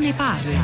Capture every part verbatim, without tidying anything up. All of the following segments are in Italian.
ne parla.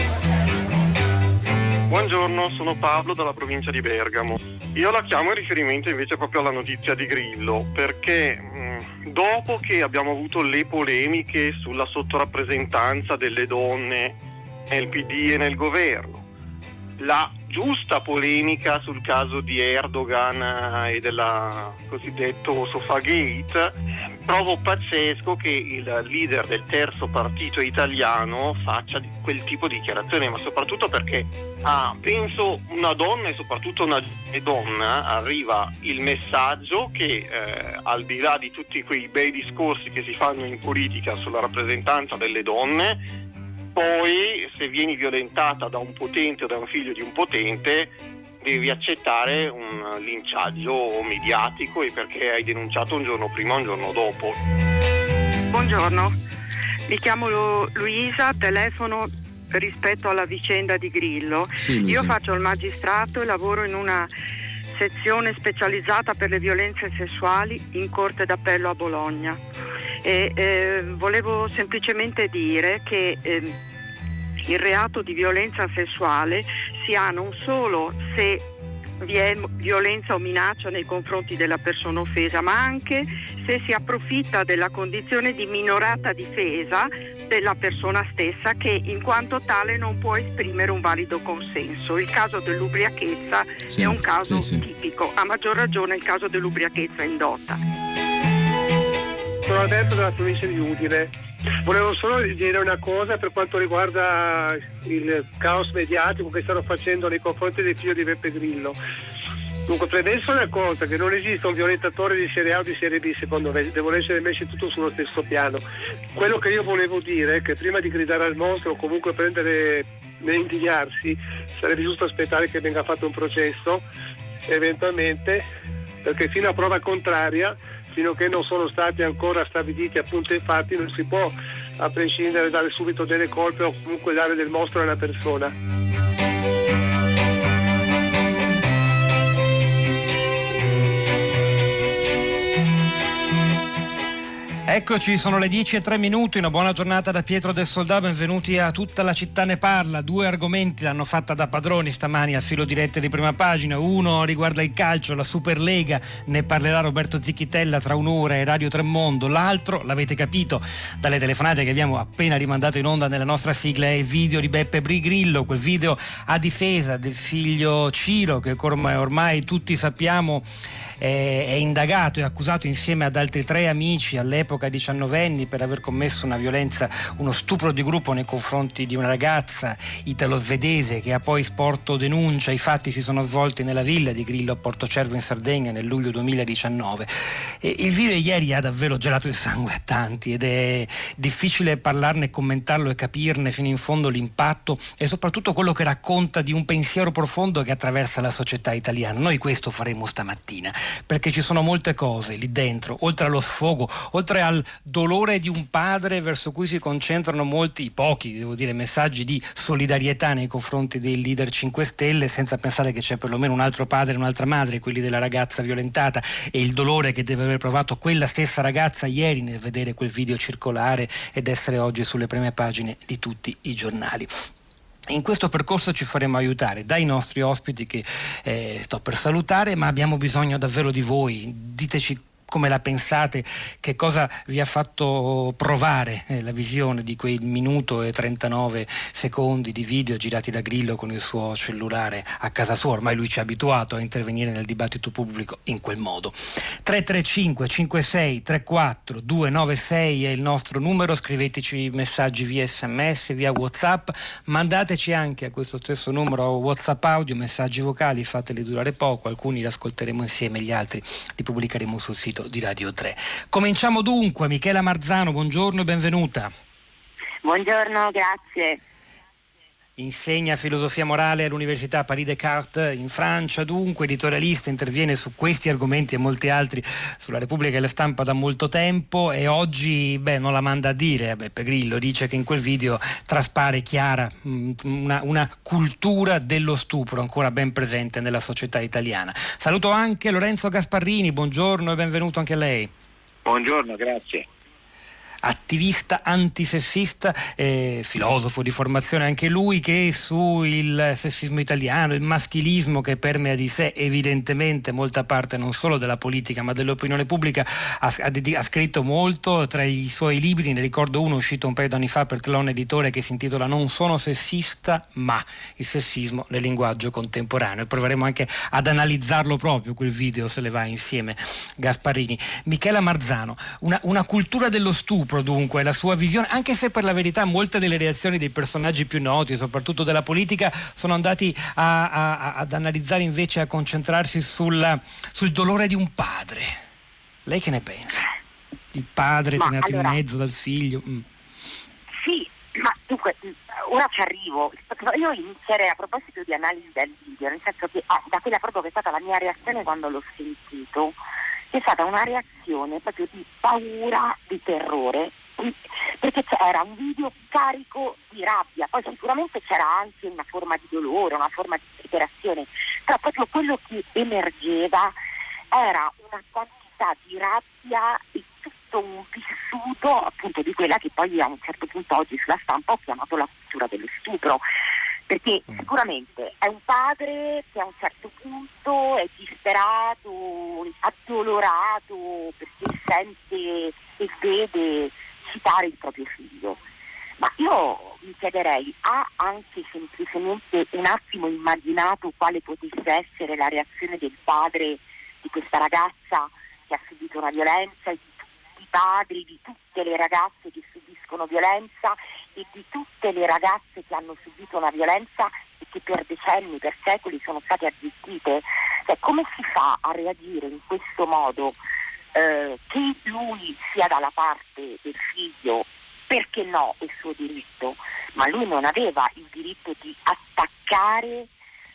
Buongiorno, sono Pablo dalla provincia di Bergamo. Io la chiamo in riferimento invece proprio alla notizia di Grillo, perché mh, dopo che abbiamo avuto le polemiche sulla sottorappresentanza delle donne nel P D e nel governo, la giusta polemica sul caso di Erdogan e della cosiddetto Sofagate, trovo pazzesco che il leader del terzo partito italiano faccia quel tipo di dichiarazione, ma soprattutto perché ah, penso una donna e soprattutto una donna arriva il messaggio che eh, al di là di tutti quei bei discorsi che si fanno in politica sulla rappresentanza delle donne, poi se vieni violentata da un potente o da un figlio di un potente devi accettare un linciaggio mediatico e perché hai denunciato un giorno prima o un giorno dopo. Buongiorno, mi chiamo Lu- Luisa, telefono rispetto alla vicenda di Grillo. Sì, Io faccio il magistrato e lavoro in una sezione specializzata per le violenze sessuali in Corte d'Appello a Bologna. E eh, volevo semplicemente dire che eh, il reato di violenza sessuale si ha non solo se vi è violenza o minaccia nei confronti della persona offesa, ma anche se si approfitta della condizione di minorata difesa della persona stessa, che in quanto tale non può esprimere un valido consenso. Il caso dell'ubriachezza sì, è un caso sì, sì. tipico, a maggior ragione il caso dell'ubriachezza indotta. Sono Alberto della provincia di Udine. Volevo solo dire una cosa per quanto riguarda il caos mediatico che stanno facendo nei confronti del figlio di Beppe Grillo. Dunque, premesso una cosa, che non esiste un violentatore di serie A o di serie B, secondo me, devono essere messi tutto sullo stesso piano. Quello che io volevo dire è che prima di gridare al mostro o comunque prendere né indignarsi, sarebbe giusto aspettare che venga fatto un processo, eventualmente, perché fino a prova contraria, fino a che non sono stati ancora stabiliti appunto i fatti, non si può a prescindere dare subito delle colpe o comunque dare del mostro a una persona. Eccoci, sono le dieci e tre minuti, una buona giornata da Pietro del Soldà, benvenuti a Tutta la città ne parla. Due argomenti l'hanno fatta da padroni stamani al filo diretto di Prima Pagina. Uno riguarda il calcio, la Superlega, ne parlerà Roberto Zicchitella tra un'ora e Radio Tremondo. L'altro, l'avete capito dalle telefonate che abbiamo appena rimandato in onda nella nostra sigla, è il video di Beppe Grillo, quel video a difesa del figlio Ciro che ormai, ormai tutti sappiamo è, è indagato e accusato insieme ad altri tre amici all'epoca diciannovenni per aver commesso una violenza, uno stupro di gruppo nei confronti di una ragazza italo-svedese che ha poi sporto denuncia. I fatti si sono svolti nella villa di Grillo a Portocervo in Sardegna nel luglio duemiladiciannove. E il video ieri ha davvero gelato il sangue a tanti ed è difficile parlarne, commentarlo e capirne fino in fondo l'impatto e soprattutto quello che racconta di un pensiero profondo che attraversa la società italiana. Noi questo faremo stamattina perché ci sono molte cose lì dentro, oltre allo sfogo, oltre al dolore di un padre verso cui si concentrano molti, pochi devo dire, messaggi di solidarietà nei confronti dei leader cinque Stelle, senza pensare che c'è perlomeno un altro padre e un'altra madre, quelli della ragazza violentata, e il dolore che deve aver provato quella stessa ragazza ieri nel vedere quel video circolare ed essere oggi sulle prime pagine di tutti i giornali. In questo percorso ci faremo aiutare dai nostri ospiti che eh, sto per salutare, ma abbiamo bisogno davvero di voi. Diteci come la pensate, che cosa vi ha fatto provare eh, la visione di quei minuto e trentanove secondi di video girati da Grillo con il suo cellulare a casa sua. Ormai lui ci ha abituato a intervenire nel dibattito pubblico in quel modo. tre tre cinque cinque sei tre quattro due nove sei è il nostro numero, scriveteci messaggi via sms, via WhatsApp, mandateci anche a questo stesso numero WhatsApp audio, messaggi vocali, fateli durare poco, alcuni li ascolteremo insieme, gli altri li pubblicheremo sul sito di Radio tre. Cominciamo dunque. Michela Marzano, buongiorno e benvenuta. Buongiorno, grazie. Insegna filosofia morale all'Università Paris Descartes in Francia, dunque editorialista, interviene su questi argomenti e molti altri sulla Repubblica e la Stampa da molto tempo e oggi beh, non la manda a dire. Beppe Grillo dice che in quel video traspare chiara una, una cultura dello stupro ancora ben presente nella società italiana. Saluto anche Lorenzo Gasparrini, buongiorno e benvenuto anche a lei. Buongiorno, grazie. attivista antisessista, eh, filosofo di formazione anche lui, che sul sessismo italiano, il maschilismo che permea di sé evidentemente molta parte non solo della politica ma dell'opinione pubblica, ha, ha, ha scritto molto. Tra i suoi libri ne ricordo uno uscito un paio d'anni fa per Tlon Editore che si intitola Non sono sessista ma il sessismo nel linguaggio contemporaneo, e proveremo anche ad analizzarlo proprio quel video, se le va insieme Gasparini. Michela Marzano, una, una cultura dello stupro dunque, la sua visione, anche se per la verità molte delle reazioni dei personaggi più noti, soprattutto della politica, sono andati a, a, ad analizzare invece, a concentrarsi sul, sul dolore di un padre. Lei che ne pensa? Il padre ma tenuto allora, in mezzo dal figlio. Mm. Sì, ma dunque, ora ci arrivo. Io inizierei a proposito di analisi del video, nel senso che ah, da quella proprio che è stata la mia reazione quando l'ho sentito, è stata una reazione proprio di paura, di terrore, perché era un video carico di rabbia, poi sicuramente c'era anche una forma di dolore, una forma di disperazione, però proprio quello che emergeva era una quantità di rabbia e tutto un vissuto appunto di quella che poi a un certo punto oggi sulla stampa ho chiamato la cultura dello stupro, perché sicuramente è un padre che a un certo punto è disperato, addolorato perché sente e vede citare il proprio figlio, ma io mi chiederei, ha anche semplicemente un attimo immaginato quale potesse essere la reazione del padre di questa ragazza che ha subito una violenza, e di tutti i padri, di tutte le ragazze che subiscono violenza e di tutte le ragazze che hanno subito una violenza e che per decenni, per secoli sono state azzittite? Cioè, come si fa a reagire in questo modo? Eh, che lui sia dalla parte del figlio, perché no, è suo diritto, ma lui non aveva il diritto di attaccare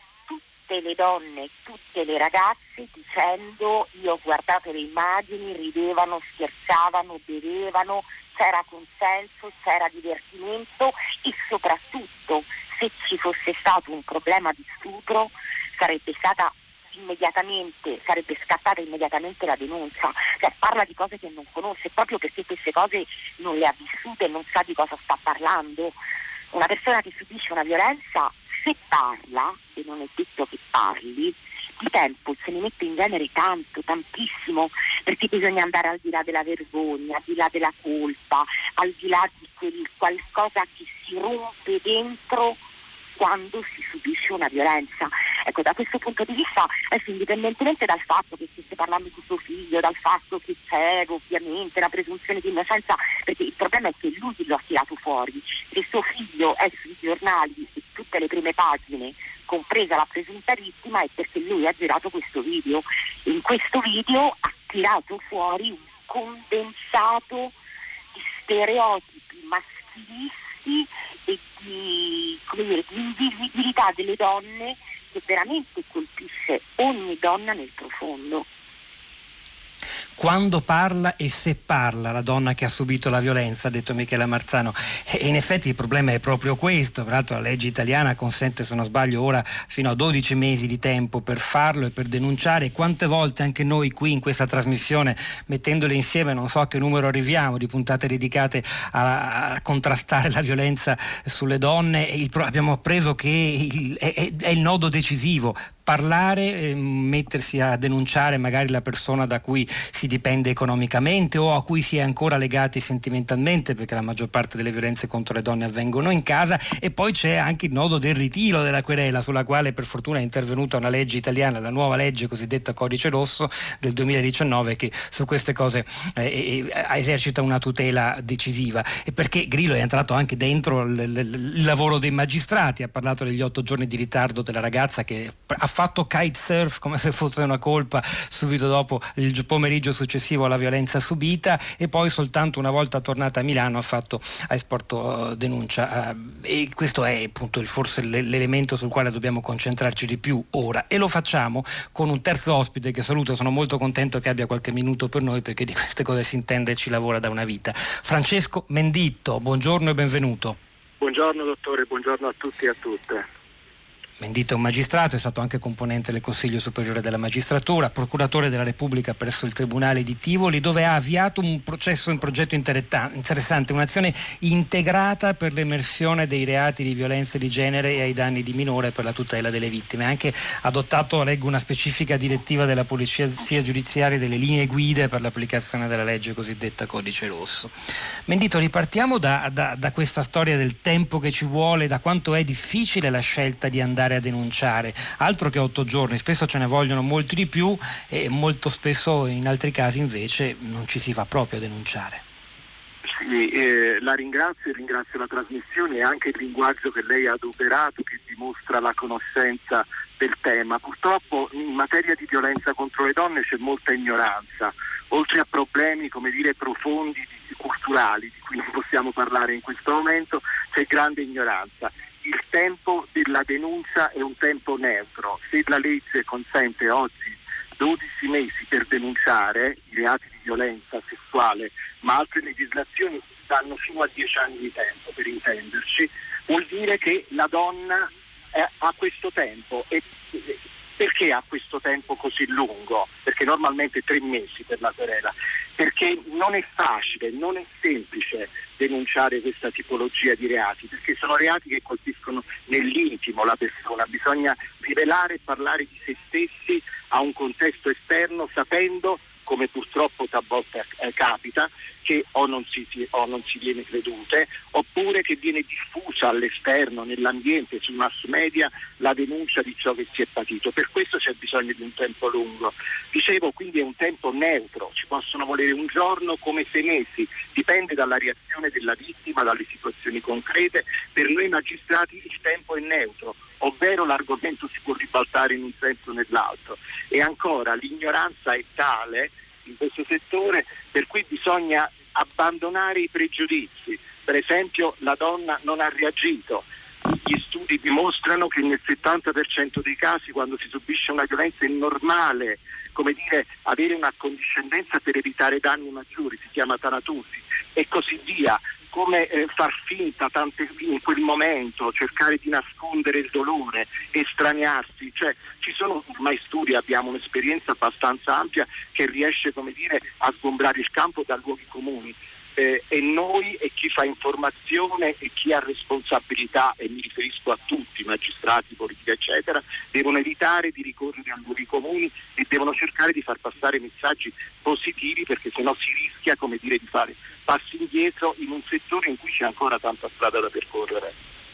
tutte le donne, tutte le ragazze dicendo: io ho guardato le immagini, ridevano, scherzavano, bevevano, c'era consenso, c'era divertimento, e soprattutto se ci fosse stato un problema di stupro sarebbe stata immediatamente, sarebbe scattata immediatamente la denuncia. Cioè, parla di cose che non conosce proprio perché queste cose non le ha vissute e non sa di cosa sta parlando. Una persona che subisce una violenza, se parla, e non è detto che parli, di tempo se ne mette in genere tanto, tantissimo, perché bisogna andare al di là della vergogna, al di là della colpa, al di là di quel qualcosa che si rompe dentro quando si subisce una violenza. Ecco, da questo punto di vista, adesso, indipendentemente dal fatto che stesse parlando di suo figlio, dal fatto che c'è ovviamente la presunzione di innocenza, perché il problema è che lui lo ha tirato fuori, se suo figlio è sui giornali e tutte le prime pagine, compresa la presunta vittima, è perché lui ha girato questo video. In questo video ha tirato fuori un condensato di stereotipi maschilisti e di, come dire, di invisibilità delle donne, che veramente colpisce ogni donna nel profondo. Quando parla e se parla la donna che ha subito la violenza, ha detto Michela Marzano, e in effetti il problema è proprio questo. Peraltro la legge italiana consente, se non sbaglio ora, fino a dodici mesi di tempo per farlo e per denunciare. Quante volte anche noi qui in questa trasmissione, mettendole insieme, non so a che numero arriviamo, di puntate dedicate a, a contrastare la violenza sulle donne, e il, abbiamo appreso che il, è, è il nodo decisivo. Parlare, eh, mettersi a denunciare magari la persona da cui si dipende economicamente o a cui si è ancora legati sentimentalmente, perché la maggior parte delle violenze contro le donne avvengono in casa, e poi c'è anche il nodo del ritiro della querela, sulla quale per fortuna è intervenuta una legge italiana, la nuova legge cosiddetta Codice Rosso del duemiladiciannove, che su queste cose eh, eh, esercita una tutela decisiva, e perché Grillo è entrato anche dentro l- l- il lavoro dei magistrati, ha parlato degli otto giorni di ritardo della ragazza che ha fatto kitesurf come se fosse una colpa subito dopo il pomeriggio successivo alla violenza subita, e poi soltanto una volta tornata a Milano ha fatto ha esporto uh, denuncia, uh, e questo è appunto il, forse l'elemento sul quale dobbiamo concentrarci di più ora, e lo facciamo con un terzo ospite che saluto. Sono molto contento che abbia qualche minuto per noi, perché di queste cose si intende e ci lavora da una vita. Francesco Menditto, buongiorno e benvenuto. Buongiorno dottore, buongiorno a tutti e a tutte. Mendito è un magistrato, è stato anche componente del Consiglio Superiore della Magistratura, procuratore della Repubblica presso il Tribunale di Tivoli, dove ha avviato un processo, un progetto interessante, un'azione integrata per l'emersione dei reati di violenza di genere e ai danni di minore per la tutela delle vittime. Ha anche adottato, leggo, una specifica direttiva della Polizia Giudiziaria delle linee guida per l'applicazione della legge cosiddetta Codice Rosso. Mendito, ripartiamo da, da, da questa storia del tempo che ci vuole, da quanto è difficile la scelta di andare a denunciare, altro che otto giorni, spesso ce ne vogliono molti di più e molto spesso in altri casi invece non ci si va proprio a denunciare. Sì, eh, la ringrazio, ringrazio la trasmissione e anche il linguaggio che lei ha adoperato, che dimostra la conoscenza del tema. Purtroppo in materia di violenza contro le donne c'è molta ignoranza, oltre a problemi, come dire, profondi, culturali, di cui non possiamo parlare in questo momento, c'è grande ignoranza. Il tempo della denuncia è un tempo neutro. Se la legge consente oggi dodici mesi per denunciare i reati di violenza sessuale, ma altre legislazioni danno fino a dieci anni di tempo, per intenderci, vuol dire che la donna eh, ha questo tempo. E perché ha questo tempo così lungo? Perché normalmente tre mesi per la querela. Perché non è facile, non è semplice denunciare questa tipologia di reati, perché sono reati che colpiscono nell'intimo la persona. Bisogna rivelare e parlare di se stessi a un contesto esterno, sapendo, come purtroppo talvolta eh, capita, che o non, si, o non si viene credute, oppure che viene diffusa all'esterno, nell'ambiente, sui mass media, la denuncia di ciò che si è patito. Per questo c'è bisogno di un tempo lungo. Dicevo, quindi è un tempo neutro, ci possono volere un giorno come sei mesi, dipende dalla reazione della vittima, dalle situazioni concrete. Per noi magistrati il tempo è neutro, ovvero l'argomento si può ribaltare in un senso o nell'altro. E ancora, l'ignoranza è tale in questo settore per cui bisogna abbandonare i pregiudizi. Per esempio, la donna non ha reagito. Gli studi dimostrano che nel settanta per cento dei casi, quando si subisce una violenza, è normale, come dire, avere una accondiscendenza per evitare danni maggiori, si chiama tanatusi, e così via. Come eh, far finta tante in quel momento, cercare di nascondere il dolore, estraniarsi, cioè ci sono ormai studi, abbiamo un'esperienza abbastanza ampia che riesce, come dire, a sgombrare il campo da luoghi comuni. Eh, e noi e chi fa informazione e chi ha responsabilità, e mi riferisco a tutti, magistrati, politica eccetera, devono evitare di ricorrere a luoghi comuni e devono cercare di far passare messaggi positivi, perché sennò si rischia, come dire, di fare passi indietro in un settore in cui c'è ancora tanta strada da percorrere.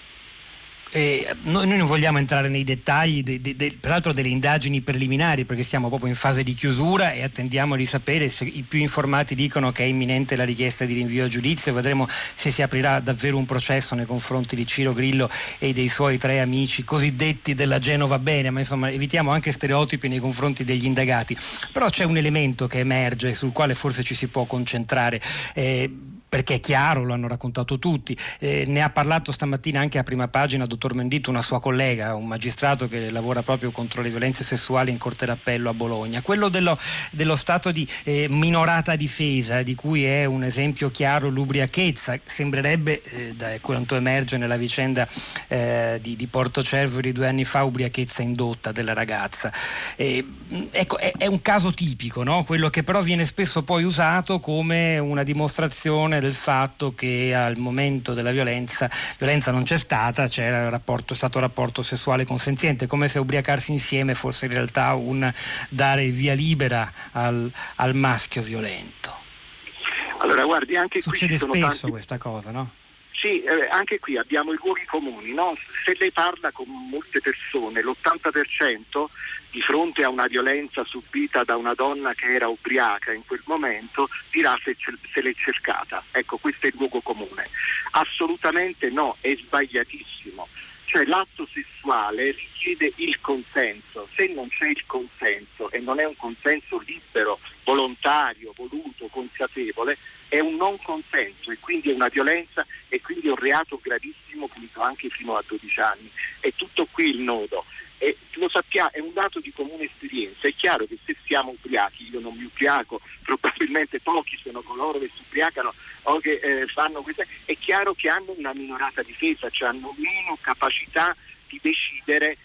Eh, noi, noi non vogliamo entrare nei dettagli de, de, de, peraltro delle indagini preliminari, perché siamo proprio in fase di chiusura e attendiamo di sapere se i più informati dicono che è imminente la richiesta di rinvio a giudizio. Vedremo se si aprirà davvero un processo nei confronti di Ciro Grillo e dei suoi tre amici cosiddetti della Genova Bene, ma insomma evitiamo anche stereotipi nei confronti degli indagati. Però c'è un elemento che emerge sul quale forse ci si può concentrare, eh, perché è chiaro, lo hanno raccontato tutti, eh, ne ha parlato stamattina anche a Prima Pagina dottor Mendito, una sua collega, un magistrato che lavora proprio contro le violenze sessuali in Corte d'Appello a Bologna. Quello dello, dello stato di eh, minorata difesa, di cui è un esempio chiaro l'ubriachezza, sembrerebbe, eh, da quanto emerge nella vicenda eh, di, di Porto Cerveri due anni fa, ubriachezza indotta della ragazza. Eh, ecco, è, è un caso tipico, no? Quello che però viene spesso poi usato come una dimostrazione del fatto che al momento della violenza violenza non c'è stata, c'era rapporto, è stato rapporto sessuale consenziente, come se ubriacarsi insieme fosse in realtà un dare via libera al, al maschio violento. Allora guardi, anche succede qui sono spesso tanti... questa cosa, no? Sì, eh, anche qui abbiamo i luoghi comuni, no? Se lei parla con molte persone, l'ottanta per cento di fronte a una violenza subita da una donna che era ubriaca in quel momento dirà se, se l'è cercata. Ecco, questo è il luogo comune. Assolutamente no, è sbagliatissimo. Cioè l'atto sessuale richiede il consenso. Se non c'è il consenso, e non è un consenso libero, volontario, voluto, consapevole, è un non consenso e quindi è una violenza e quindi è un reato gravissimo, punito anche fino a dodici anni. È tutto qui il nodo. E lo sappiamo, è un dato di comune esperienza. È chiaro che se siamo ubriachi, io non mi ubriaco, probabilmente pochi sono coloro che si ubriacano o che eh, fanno queste, è chiaro che hanno una minorata difesa, cioè hanno meno capacità di decidere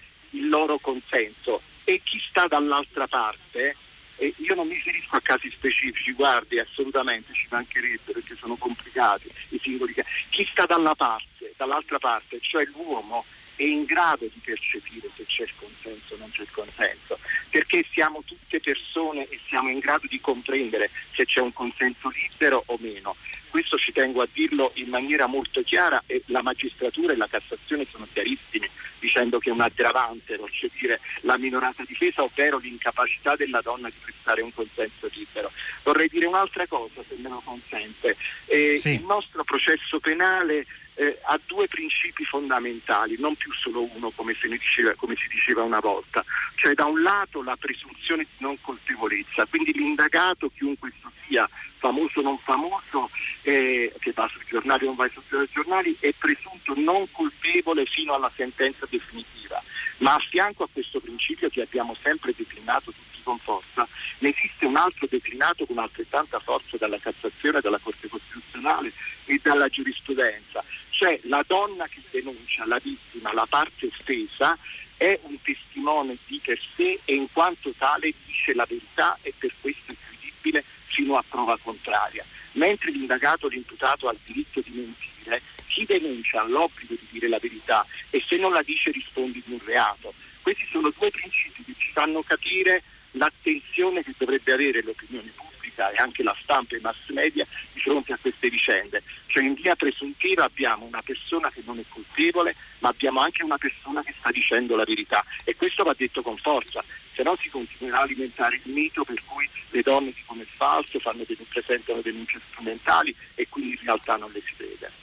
loro consenso. E chi sta dall'altra parte, e io non mi riferisco a casi specifici, guardi, assolutamente, ci mancherebbe, perché sono complicati i singoli casi. Chi sta dalla parte, dall'altra parte, cioè l'uomo, è in grado di percepire se c'è il consenso o non c'è il consenso, perché siamo tutte persone e siamo in grado di comprendere se c'è un consenso libero o meno. Questo ci tengo a dirlo in maniera molto chiara, e la magistratura e la Cassazione sono chiarissimi dicendo che è un aggravante, non c'è dire la minorata difesa, ovvero l'incapacità della donna di prestare un consenso libero. Vorrei dire un'altra cosa, se me lo consente. Eh, sì. Il nostro processo penale Eh, ha due principi fondamentali, non più solo uno come, se ne diceva, come si diceva una volta, cioè da un lato la presunzione di non colpevolezza, quindi l'indagato, chiunque esso sia, famoso o non famoso, eh, che va sui giornali o non va sui giornali, è presunto non colpevole fino alla sentenza definitiva. Ma a fianco a questo principio, che abbiamo sempre declinato tutti con forza, ne esiste un altro declinato con altrettanta forza dalla Cassazione, dalla Corte Costituzionale e dalla giurisprudenza, cioè la donna che denuncia, la vittima, la parte offesa, è un testimone di per sé e in quanto tale dice la verità e per questo è credibile fino a prova contraria. Mentre l'indagato o l'imputato ha il diritto di mentire, chi denuncia ha l'obbligo di dire la verità e se non la dice risponde di un reato. Questi sono due principi che ci fanno capire l'attenzione che dovrebbe avere l'opinione pubblica e anche la stampa e i mass media di fronte a queste vicende. Cioè in via presuntiva abbiamo una persona che non è colpevole, ma abbiamo anche una persona che sta dicendo la verità, e questo va detto con forza, se no si continuerà a alimentare il mito per cui le donne dicono è falso, fanno den- presentano denunce strumentali e quindi in realtà non le si crede.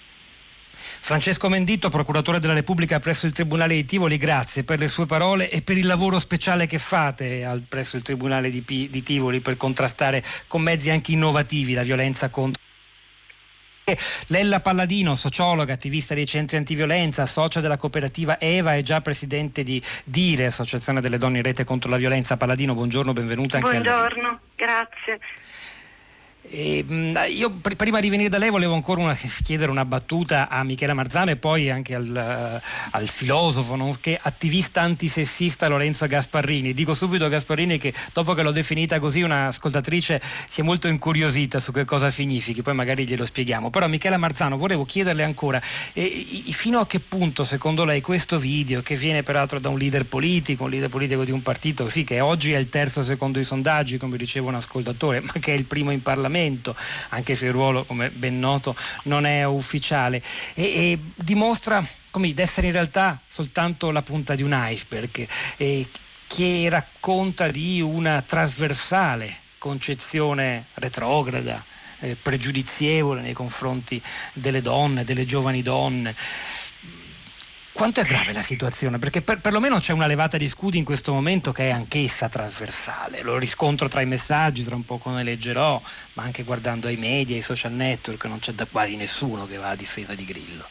Francesco Menditto, procuratore della Repubblica presso il Tribunale di Tivoli, grazie per le sue parole e per il lavoro speciale che fate al, presso il Tribunale di, P- di Tivoli per contrastare con mezzi anche innovativi la violenza contro. Lella Palladino, sociologa, attivista dei centri antiviolenza, socia della cooperativa Eva e già presidente di Dire, Associazione delle Donne in Rete contro la Violenza. Palladino, buongiorno, benvenuta anche buongiorno, a lei. Buongiorno, grazie. E, io pr- prima di venire da lei volevo ancora una, chiedere una battuta a Michela Marzano e poi anche al, uh, al filosofo, nonché attivista antisessista Lorenzo Gasparrini. Dico subito a Gasparrini che dopo che l'ho definita così un'ascoltatrice si è molto incuriosita su che cosa significhi, poi magari glielo spieghiamo. Però Michela Marzano, volevo chiederle ancora eh, fino a che punto secondo lei questo video, che viene peraltro da un leader politico, un leader politico di un partito sì, che oggi è il terzo secondo i sondaggi, come diceva un ascoltatore, ma che è il primo in Parlamento, anche se il ruolo, come ben noto, non è ufficiale, e, e dimostra come di essere in realtà soltanto la punta di un iceberg, e che racconta di una trasversale concezione retrograda, eh, pregiudizievole nei confronti delle donne, delle giovani donne. Quanto è grave la situazione? Perché per, perlomeno c'è una levata di scudi in questo momento che è anch'essa trasversale. Lo riscontro tra i messaggi, tra un poco ne leggerò, ma anche guardando ai media, ai social network, non c'è da quasi nessuno che va a difesa di Grillo.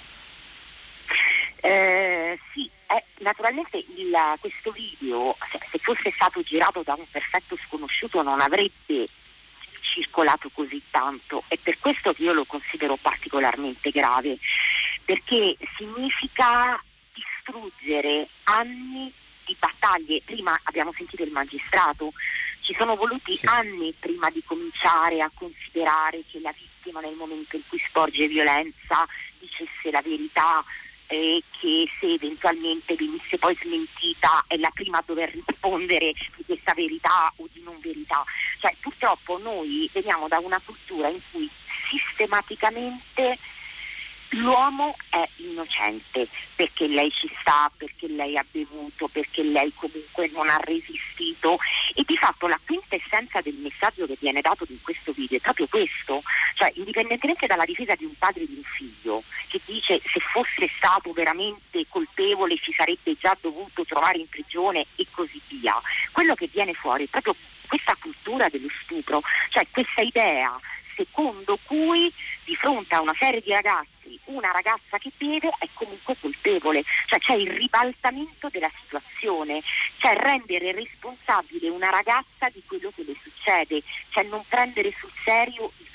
Eh, sì, eh, naturalmente il, questo video, se, se fosse stato girato da un perfetto sconosciuto, non avrebbe circolato così tanto. È per questo che io lo considero particolarmente grave, perché significa distruggere anni di battaglie. Prima abbiamo sentito il magistrato, ci sono voluti sì. anni prima di cominciare a considerare che la vittima nel momento in cui sporge violenza dicesse la verità, e che se eventualmente venisse poi smentita è la prima a dover rispondere di questa verità o di non verità. Cioè purtroppo noi veniamo da una cultura in cui sistematicamente l'uomo è innocente, perché lei ci sta, perché lei ha bevuto, perché lei comunque non ha resistito, e di fatto la quintessenza del messaggio che viene dato in questo video è proprio questo, cioè indipendentemente dalla difesa di un padre e di un figlio che dice se fosse stato veramente colpevole si sarebbe già dovuto trovare in prigione e così via, quello che viene fuori è proprio questa cultura dello stupro, cioè questa idea secondo cui di fronte a una serie di ragazzi una ragazza che beve è comunque colpevole, cioè c'è il ribaltamento della situazione, cioè rendere responsabile una ragazza di quello che le succede, cioè non prendere sul serio il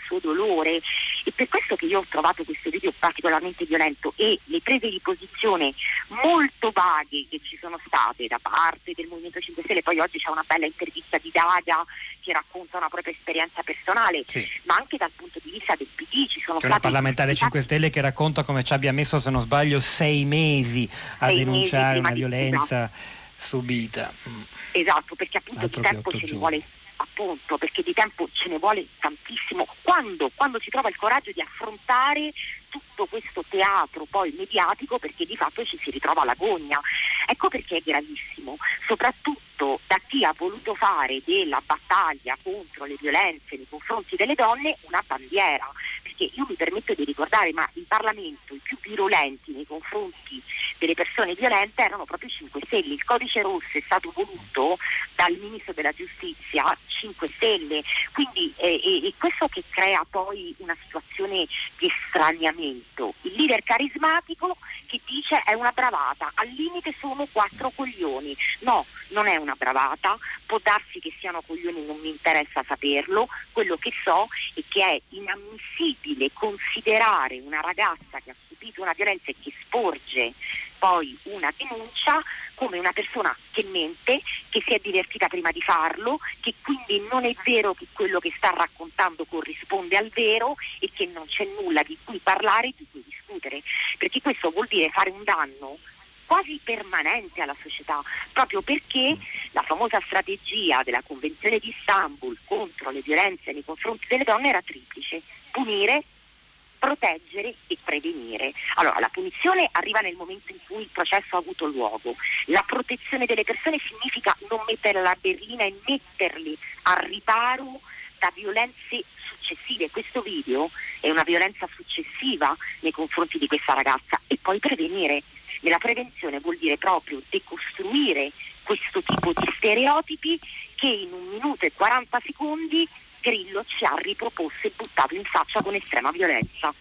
suo dolore. E per questo che io ho trovato questo video particolarmente violento, e le prese di posizione molto vaghe che ci sono state da parte del Movimento cinque Stelle. Poi oggi c'è una bella intervista di Daga che racconta una propria esperienza personale, sì. Ma anche dal punto di vista del P D ci sono c'è stati una parlamentare cinque Stelle che racconta come ci abbia messo, se non sbaglio, sei mesi a sei denunciare mesi una violenza subita. Esatto, perché appunto di tempo ce ne vuole, appunto perché di tempo ce ne vuole tantissimo quando, quando si trova il coraggio di affrontare tutto questo teatro poi mediatico, perché di fatto ci si ritrova all'agonia. Ecco perché è gravissimo, soprattutto da chi ha voluto fare della battaglia contro le violenze nei confronti delle donne una bandiera. Perché io mi permetto di ricordare, ma in Parlamento i più virulenti nei confronti delle persone violente erano proprio i cinque Stelle. Il codice rosso è stato voluto dal Ministro della Giustizia cinque Stelle, quindi eh, è questo che crea poi una situazione di estraniamento. Il leader carismatico che dice è una bravata, al limite sono quattro coglioni. No, non è una bravata, può darsi che siano coglioni, non mi interessa saperlo. Quello che so è che è inammissibile considerare una ragazza che ha subito una violenza e che sporge poi una denuncia come una persona che mente, che si è divertita prima di farlo, che quindi non è vero che quello che sta raccontando corrisponde al vero e che non c'è nulla di cui parlare, di cui discutere, perché questo vuol dire fare un danno quasi permanente alla società, proprio perché la famosa strategia della Convenzione di Istanbul contro le violenze nei confronti delle donne era triplice: punire, proteggere e prevenire. Allora, la punizione arriva nel momento in cui il processo ha avuto luogo. La protezione delle persone significa non mettere la berlina e metterli al riparo da violenze successive. Questo video è una violenza successiva nei confronti di questa ragazza. E poi prevenire. Nella prevenzione vuol dire proprio decostruire questo tipo di stereotipi che in un minuto e quaranta secondi Grillo ci ha riproposto e buttato in faccia con estrema violenza.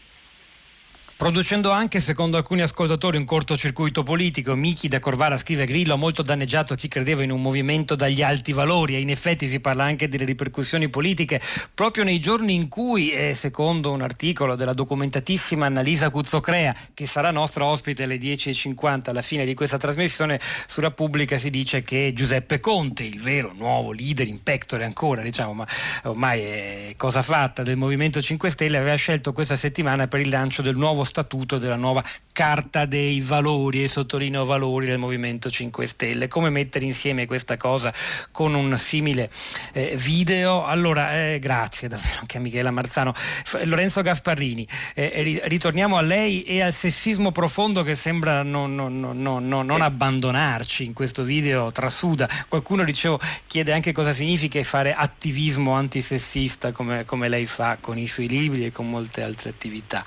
Producendo anche, secondo alcuni ascoltatori, un cortocircuito politico. Miki da Corvara scrive: Grillo ha molto danneggiato chi credeva in un movimento dagli alti valori, e in effetti si parla anche delle ripercussioni politiche proprio nei giorni in cui, eh, secondo un articolo della documentatissima Annalisa Cuzzocrea, che sarà nostra ospite alle dieci e cinquanta alla fine di questa trasmissione, su Repubblica si dice che Giuseppe Conte, il vero nuovo leader in pectore ancora, diciamo, ma ormai è cosa fatta, del Movimento cinque Stelle, aveva scelto questa settimana per il lancio del nuovo statuto della nuova Carta dei Valori, e sottolineo valori, del Movimento cinque Stelle. Come mettere insieme questa cosa con un simile eh, video? Allora, eh, grazie davvero anche a Michela Marzano. F- Lorenzo Gasparrini, eh, ritorniamo a lei e al sessismo profondo che sembra non, non, non, non, non abbandonarci in questo video trasuda. Qualcuno, dicevo, chiede anche cosa significa fare attivismo antisessista come, come lei fa con i suoi libri e con molte altre attività.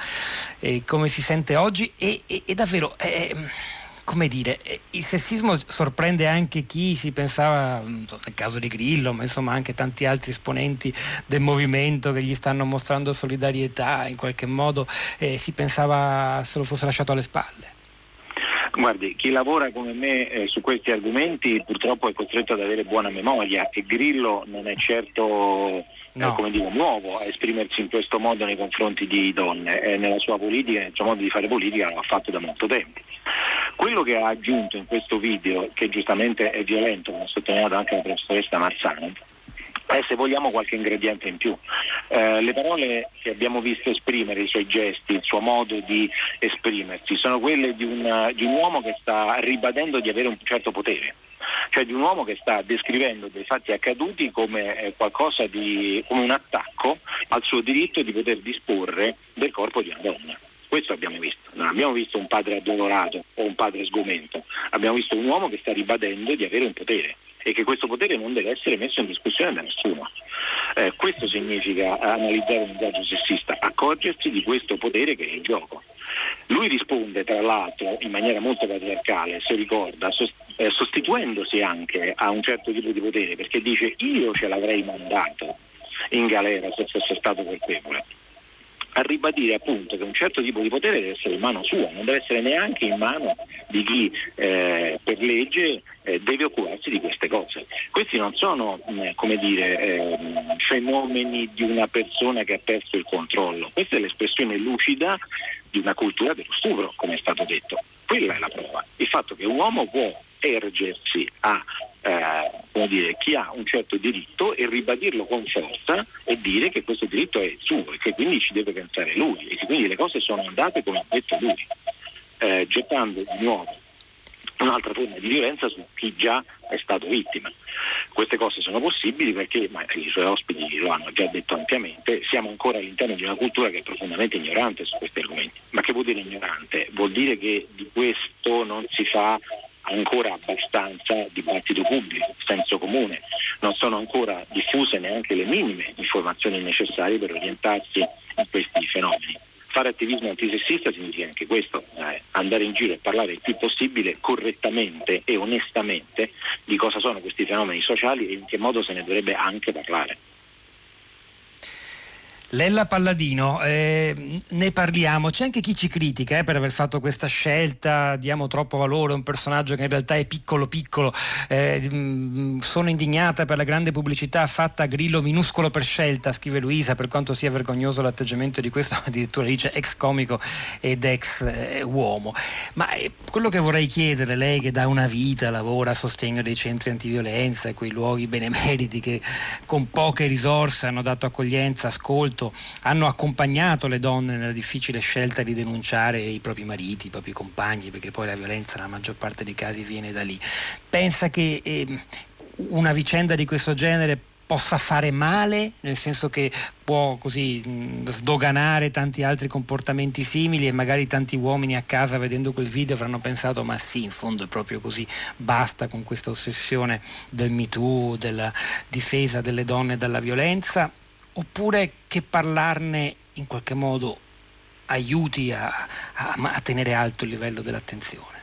E come si sente oggi? E, e, e davvero, eh, come dire, eh, il sessismo sorprende anche chi si pensava, insomma, nel caso di Grillo, ma insomma anche tanti altri esponenti del movimento che gli stanno mostrando solidarietà, in qualche modo eh, si pensava se lo fosse lasciato alle spalle. Guardi, chi lavora come me eh, su questi argomenti purtroppo è costretto ad avere buona memoria, e Grillo non è certo no. eh, come dire, nuovo a esprimersi in questo modo nei confronti di donne, e nella sua politica, nel suo modo di fare politica, lo ha fatto da molto tempo. Quello che ha aggiunto in questo video, che giustamente è violento, come ha sottolineato anche la professoressa Marzano, è, se vogliamo, qualche ingrediente in più. Eh, le parole che abbiamo visto esprimere, i suoi gesti, il suo modo di esprimersi, sono quelle di un, di un uomo che sta ribadendo di avere un certo potere, cioè di un uomo che sta descrivendo dei fatti accaduti come eh, qualcosa di, come un attacco al suo diritto di poter disporre del corpo di una donna. Questo abbiamo visto, non abbiamo visto un padre addolorato o un padre sgomento, abbiamo visto un uomo che sta ribadendo di avere un potere e che questo potere non deve essere messo in discussione da nessuno. Eh, questo significa analizzare un linguaggio sessista, accorgersi di questo potere che è in gioco. Lui risponde, tra l'altro, in maniera molto patriarcale, se ricorda, sost- eh, sostituendosi anche a un certo tipo di potere, perché dice: io ce l'avrei mandato in galera se fosse stato colpevole. a ribadire appunto che un certo tipo di potere deve essere in mano sua, non deve essere neanche in mano di chi eh, per legge eh, deve occuparsi di queste cose. Questi non sono mh, come dire eh, fenomeni di una persona che ha perso il controllo, questa è l'espressione lucida di una cultura dello stupro, come è stato detto. Quella è la prova, il fatto che un uomo può ergersi a eh, come dire, chi ha un certo diritto e ribadirlo con forza e dire che questo diritto è suo e che quindi ci deve pensare lui e che quindi le cose sono andate come ha detto lui, eh, gettando di nuovo un'altra forma di violenza su chi già è stato vittima. Queste cose sono possibili perché, ma i suoi ospiti lo hanno già detto ampiamente, siamo ancora all'interno di una cultura che è profondamente ignorante su questi argomenti. Ma che vuol dire ignorante? Vuol dire che di questo non si fa ancora abbastanza dibattito pubblico, senso comune, non sono ancora diffuse neanche le minime informazioni necessarie per orientarsi in questi fenomeni. Fare attivismo antisessista significa anche questo, eh, andare in giro e parlare il più possibile correttamente e onestamente di cosa sono questi fenomeni sociali e in che modo se ne dovrebbe anche parlare. Lella Palladino, eh, ne parliamo, c'è anche chi ci critica eh, per aver fatto questa scelta, diamo troppo valore a un personaggio che in realtà è piccolo piccolo, eh, mh, sono indignata per la grande pubblicità fatta a Grillo minuscolo per scelta, scrive Luisa, per quanto sia vergognoso l'atteggiamento di questo, addirittura dice ex comico ed ex eh, uomo. Ma eh, quello che vorrei chiedere, lei che da una vita lavora a sostegno dei centri antiviolenza e quei luoghi benemeriti che con poche risorse hanno dato accoglienza, ascolto, hanno accompagnato le donne nella difficile scelta di denunciare i propri mariti, i propri compagni, perché poi la violenza nella maggior parte dei casi viene da lì. Pensa che eh, una vicenda di questo genere possa fare male, nel senso che può così mh, sdoganare tanti altri comportamenti simili e magari tanti uomini a casa vedendo quel video avranno pensato ma sì, in fondo è proprio così, basta con questa ossessione del Me Too, della difesa delle donne dalla violenza? Oppure che parlarne in qualche modo aiuti a, a, a tenere alto il livello dell'attenzione?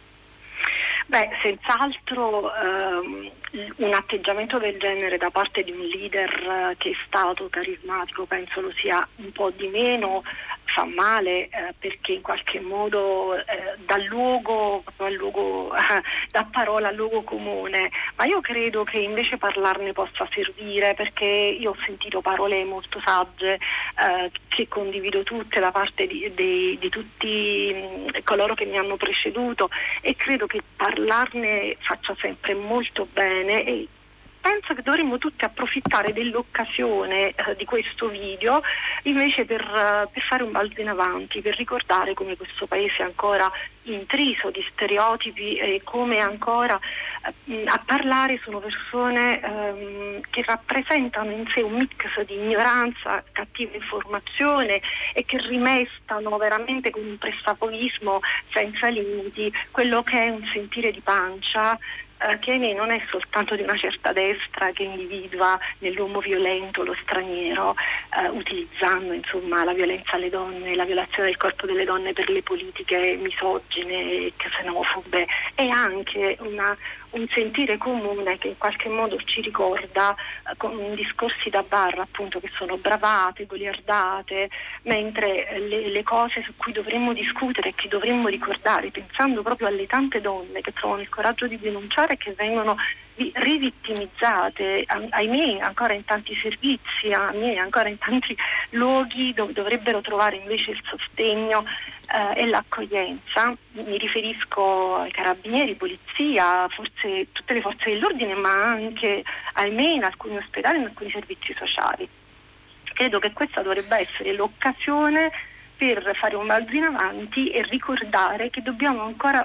Beh, senz'altro ehm, un atteggiamento del genere da parte di un leader che è stato carismatico penso lo sia un po' di meno, fa male eh, perché in qualche modo eh, dà luogo, al luogo eh, dà parola al luogo comune, ma io credo che invece parlarne possa servire, perché io ho sentito parole molto sagge eh, che condivido tutte da parte di, di, di tutti mh, coloro che mi hanno preceduto, e credo che parlarne faccia sempre molto bene, e penso che dovremmo tutti approfittare dell'occasione eh, di questo video invece per, uh, per fare un balzo in avanti, per ricordare come questo paese è ancora intriso di stereotipi e come ancora uh, a parlare sono persone um, che rappresentano in sé un mix di ignoranza, cattiva informazione e che rimestano veramente con un pressapolismo senza limiti quello che è un sentire di pancia che non è soltanto di una certa destra che individua nell'uomo violento lo straniero, eh, utilizzando insomma la violenza alle donne, la violazione del corpo delle donne per le politiche misogine e xenofobe, è anche una, un sentire comune che in qualche modo ci ricorda eh, con discorsi da bar appunto che sono bravate, goliardate, mentre le, le cose su cui dovremmo discutere e che dovremmo ricordare, pensando proprio alle tante donne che trovano il coraggio di denunciare e che vengono rivittimizzate, ahimè ancora in tanti servizi, ahimè ancora in tanti luoghi dove dovrebbero trovare invece il sostegno eh, e l'accoglienza. Mi riferisco ai carabinieri, polizia, forse tutte le forze dell'ordine, ma anche ahimè in alcuni ospedali e in alcuni servizi sociali. Credo che questa dovrebbe essere l'occasione per fare un balzo in avanti e ricordare che dobbiamo ancora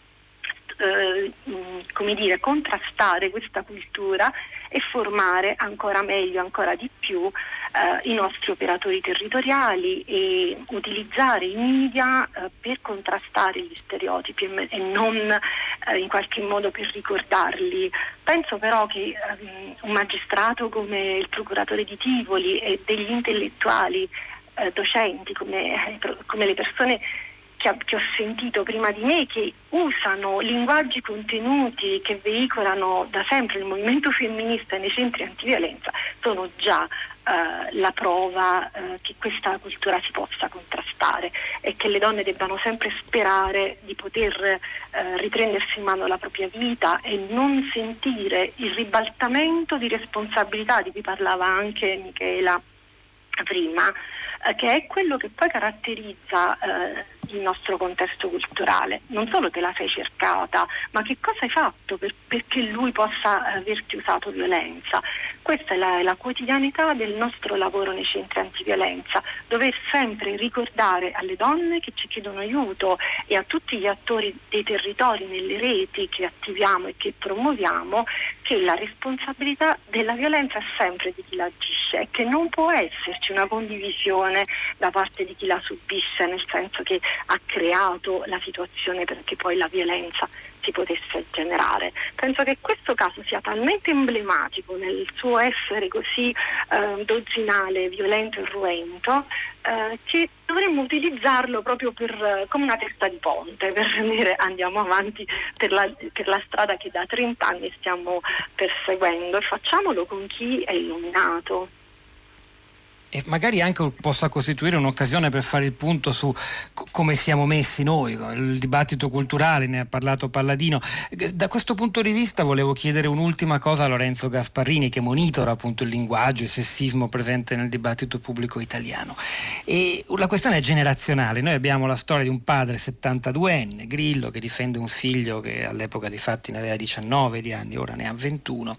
Eh, come dire, contrastare questa cultura e formare ancora meglio, ancora di più eh, i nostri operatori territoriali e utilizzare i media eh, per contrastare gli stereotipi e, e non eh, in qualche modo per ricordarli. Penso però che eh, un magistrato come il procuratore di Tivoli e degli intellettuali eh, docenti come, come le persone che, che ho sentito prima di me, che usano linguaggi contenuti che veicolano da sempre il movimento femminista nei centri antiviolenza, sono già Uh, la prova uh, che questa cultura si possa contrastare e che le donne debbano sempre sperare di poter uh, riprendersi in mano la propria vita e non sentire il ribaltamento di responsabilità di cui parlava anche Michela prima, uh, che è quello che poi caratterizza uh, il nostro contesto culturale. Non solo te la sei cercata, ma che cosa hai fatto per, perché lui possa averti usato violenza. Questa è la, la quotidianità del nostro lavoro nei centri antiviolenza, dover sempre ricordare alle donne che ci chiedono aiuto e a tutti gli attori dei territori nelle reti che attiviamo e che promuoviamo che la responsabilità della violenza è sempre di chi la agisce e che non può esserci una condivisione da parte di chi la subisce, nel senso che ha creato la situazione perché poi la violenza si potesse generare. Penso che questo caso sia talmente emblematico nel suo essere così eh, dozzinale, violento e ruento eh, che dovremmo utilizzarlo proprio per, come una testa di ponte per dire andiamo avanti per la, per la strada che da trent'anni stiamo perseguendo, e facciamolo con chi è illuminato. E magari anche possa costituire un'occasione per fare il punto su c- come siamo messi noi, il dibattito culturale, ne ha parlato Palladino. Da questo punto di vista volevo chiedere un'ultima cosa a Lorenzo Gasparrini, che monitora appunto il linguaggio e il sessismo presente nel dibattito pubblico italiano. E la questione è generazionale. Noi abbiamo la storia di un padre settantaduenne, Grillo, che difende un figlio che all'epoca di fatti ne aveva diciannove di anni, ora ne ha ventuno.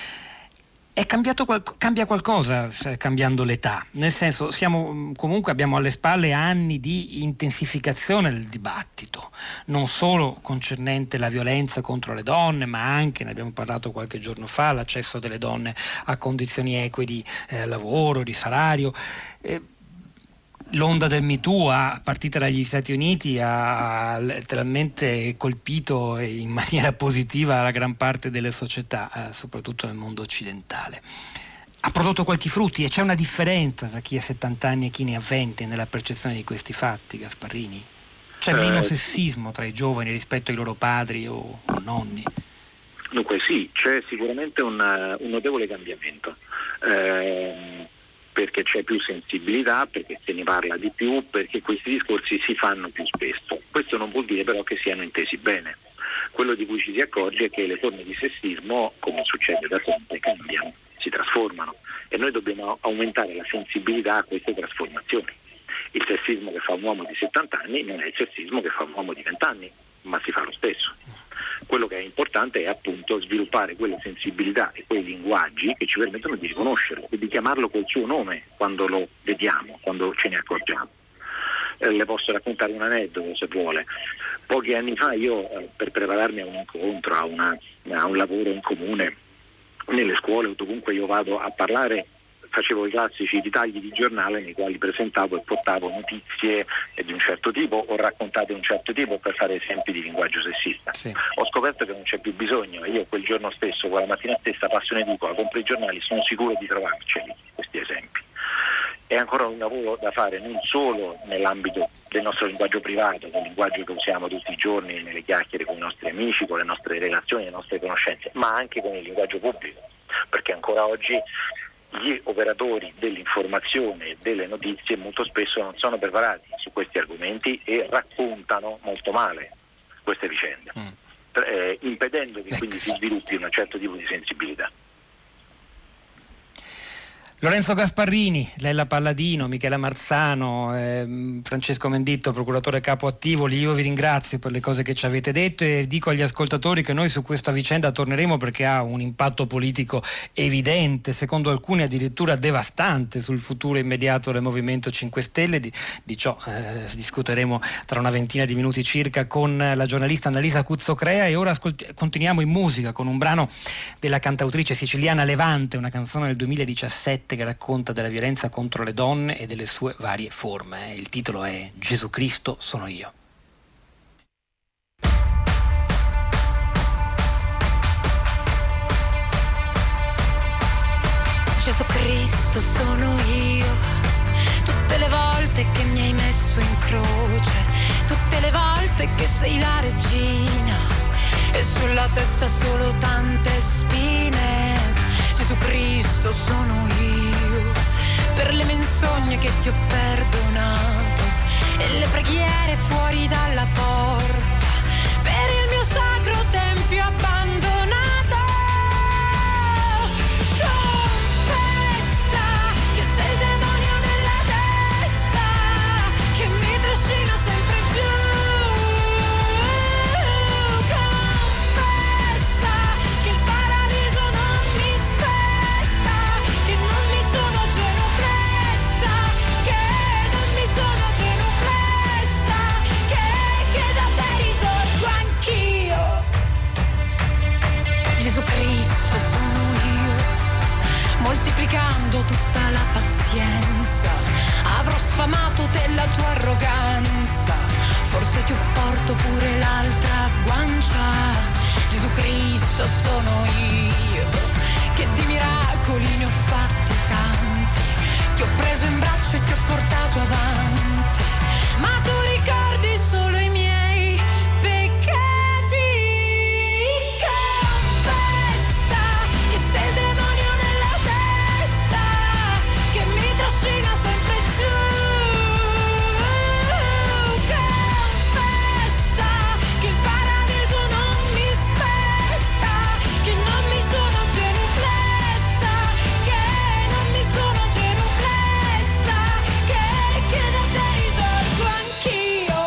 È cambiato qual- cambia qualcosa cambiando l'età, nel senso siamo comunque abbiamo alle spalle anni di intensificazione del dibattito, non solo concernente la violenza contro le donne, ma anche, ne abbiamo parlato qualche giorno fa, l'accesso delle donne a condizioni eque di eh, lavoro, di salario. Eh, L'onda del Me Too, a partita dagli Stati Uniti, ha letteralmente colpito in maniera positiva la gran parte delle società, eh, soprattutto nel mondo occidentale. Ha prodotto qualche frutti e c'è una differenza tra chi ha settanta anni e chi ne ha venti nella percezione di questi fatti, Gasparrini? C'è eh, meno sessismo tra i giovani rispetto ai loro padri o, o nonni? Dunque sì, c'è sicuramente un, un notevole cambiamento. Eh, perché c'è più sensibilità, perché se ne parla di più, perché questi discorsi si fanno più spesso. Questo non vuol dire però che siano intesi bene. Quello di cui ci si accorge è che le forme di sessismo, come succede da sempre, cambiano, si trasformano e noi dobbiamo aumentare la sensibilità a queste trasformazioni. Il sessismo che fa un uomo di settanta anni non è il sessismo che fa un uomo di venti anni, ma si fa lo stesso. Quello che è importante è appunto sviluppare quelle sensibilità e quei linguaggi che ci permettono di riconoscerlo e di chiamarlo col suo nome quando lo vediamo, quando ce ne accorgiamo. Eh, le posso raccontare un aneddoto se vuole. Pochi anni fa io eh, per prepararmi a un incontro, a, una, a un lavoro in comune, nelle scuole o dovunque io vado a parlare, facevo i classici ritagli di giornale nei quali presentavo e portavo notizie di un certo tipo o raccontate di un certo tipo per fare esempi di linguaggio sessista. Sì. Ho scoperto che non c'è più bisogno. Io quel giorno stesso, quella mattina stessa, passo in edicola, compro i giornali, sono sicuro di trovarceli questi esempi. È ancora un lavoro da fare non solo nell'ambito del nostro linguaggio privato, del linguaggio che usiamo tutti i giorni nelle chiacchiere con i nostri amici, con le nostre relazioni, le nostre conoscenze, ma anche con il linguaggio pubblico, perché ancora oggi gli operatori dell'informazione e delle notizie molto spesso non sono preparati su questi argomenti e raccontano molto male queste vicende, mm. eh, impedendo che quindi si sviluppi un certo tipo di sensibilità. Lorenzo Gasparrini, Lella Palladino, Michela Marzano, eh, Francesco Menditto, procuratore capo attivo, io vi ringrazio per le cose che ci avete detto e dico agli ascoltatori che noi su questa vicenda torneremo perché ha un impatto politico evidente, secondo alcuni addirittura devastante sul futuro immediato del Movimento cinque Stelle. Di, di ciò eh, discuteremo tra una ventina di minuti circa con la giornalista Annalisa Cuzzocrea e ora ascolti- continuiamo in musica con un brano della cantautrice siciliana Levante, una canzone del duemiladiciassette che racconta della violenza contro le donne e delle sue varie forme. Il titolo è Gesù Cristo sono io. Gesù Cristo sono io, tutte le volte che mi hai messo in croce, tutte tutte le volte che sei la regina e sulla testa solo tante spine. Gesù Cristo sono io per le menzogne che ti ho perdonato e le preghiere fuori dalla porta, per il mio sacro tempio abbandonato. Confessa che sei il demonio nella testa che mi trascina sempre giù. Confessa che il paradiso non mi spetta, che non mi sono genuflessa, che non mi sono genuflessa, che, che da te risorgo anch'io. Gesù Cristo sono io, moltiplicando tutta la pazienza, avrò sfamato della tua arroganza, forse ti porto pure l'altra guancia. Gesù Cristo sono io, che di miracoli ne ho fatti tanti, ti ho preso in braccio e ti ho portato avanti, ma tu ricordi solo i miei peccati. Confessa che sei il demonio nella testa che mi trascina sempre giù. Confessa che il paradiso non mi spetta, che non mi sono genuflessa, che non mi sono genuflessa, che, che da te risorgo anch'io.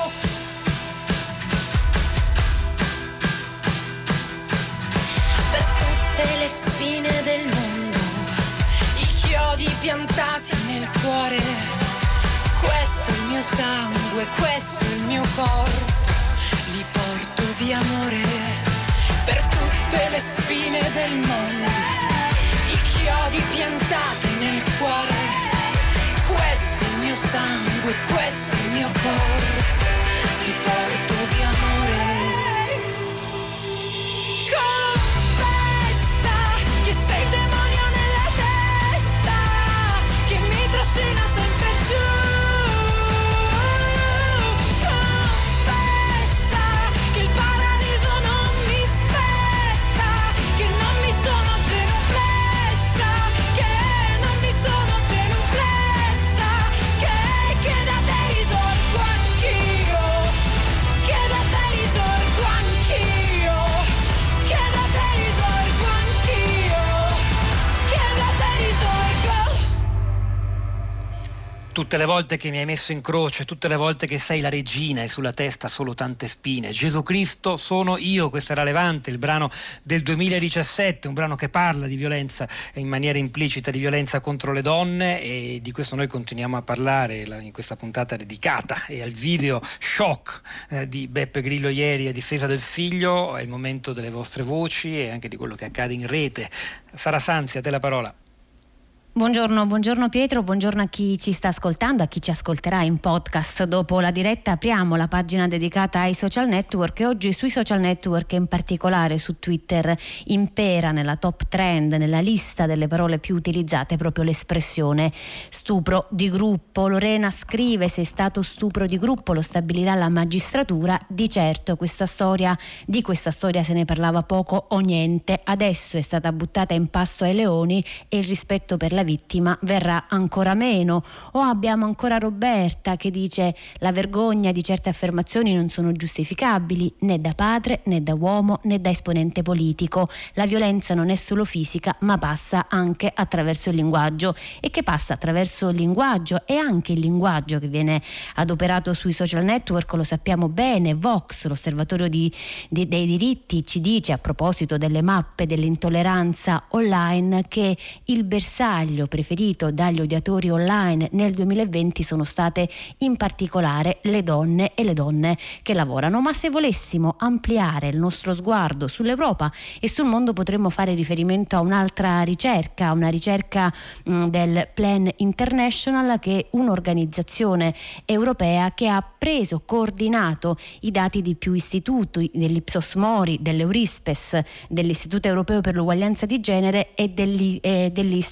Per tutte le spine del mondo, i chiodi piantati nel cuore, questo è il mio sangue, questo è il mio corpo, li porto di amore. Per tutte le spine del mondo, i chiodi piantati nel cuore, questo è il mio sangue, questo è il mio corpo, li porto di amore. Confessa che sei il demonio nella testa che mi trascina sempre giù. Confessa che il paradiso non mi spetta, che non mi sono genuflessa, che non mi sono genuflessa, che, che da te risorgo anch'io, che da te risorgo anch'io, che da te risorgo anch'io, che da te risorgo. Tutte le volte che mi hai messo in croce, tutte le volte che sei la regina e sulla testa solo tante spine. Gesù Cristo sono io. Questo era Levante, il brano del duemiladiciassette, un brano che parla di violenza in maniera implicita, di violenza contro le donne, e di questo noi continuiamo a parlare in questa puntata dedicata e al video shock eh, di Beppe Grillo ieri a difesa del figlio. È il momento delle vostre voci e anche di quello che accade in rete. Sara Sanzi, a te la parola. Buongiorno, buongiorno Pietro, buongiorno a chi ci sta ascoltando, a chi ci ascolterà in podcast. Dopo la diretta apriamo la pagina dedicata ai social network e oggi sui social network, in particolare su Twitter, impera nella top trend, nella lista delle parole più utilizzate, proprio l'espressione stupro di gruppo. Lorena scrive: se è stato stupro di gruppo lo stabilirà la magistratura. Di certo questa storia, di questa storia se ne parlava poco o niente, adesso è stata buttata in pasto ai leoni e il rispetto per la vittima verrà ancora meno. O abbiamo ancora Roberta che dice: la vergogna di certe affermazioni non sono giustificabili né da padre né da uomo né da esponente politico. La violenza non è solo fisica ma passa anche attraverso il linguaggio, e che passa attraverso il linguaggio e anche il linguaggio che viene adoperato sui social network, lo sappiamo bene. Vox, l'osservatorio di, di, dei diritti, ci dice a proposito delle mappe dell'intolleranza online che il bersaglio preferito dagli odiatori online nel duemilaventi sono state in particolare le donne e le donne che lavorano. Ma se volessimo ampliare il nostro sguardo sull'Europa e sul mondo potremmo fare riferimento a un'altra ricerca, una ricerca mh, del Plan International, che è un'organizzazione europea che ha preso, coordinato i dati di più istituti, dell'Ipsos Mori, dell'Eurispes, dell'Istituto Europeo per l'Uguaglianza di Genere e dell'Istat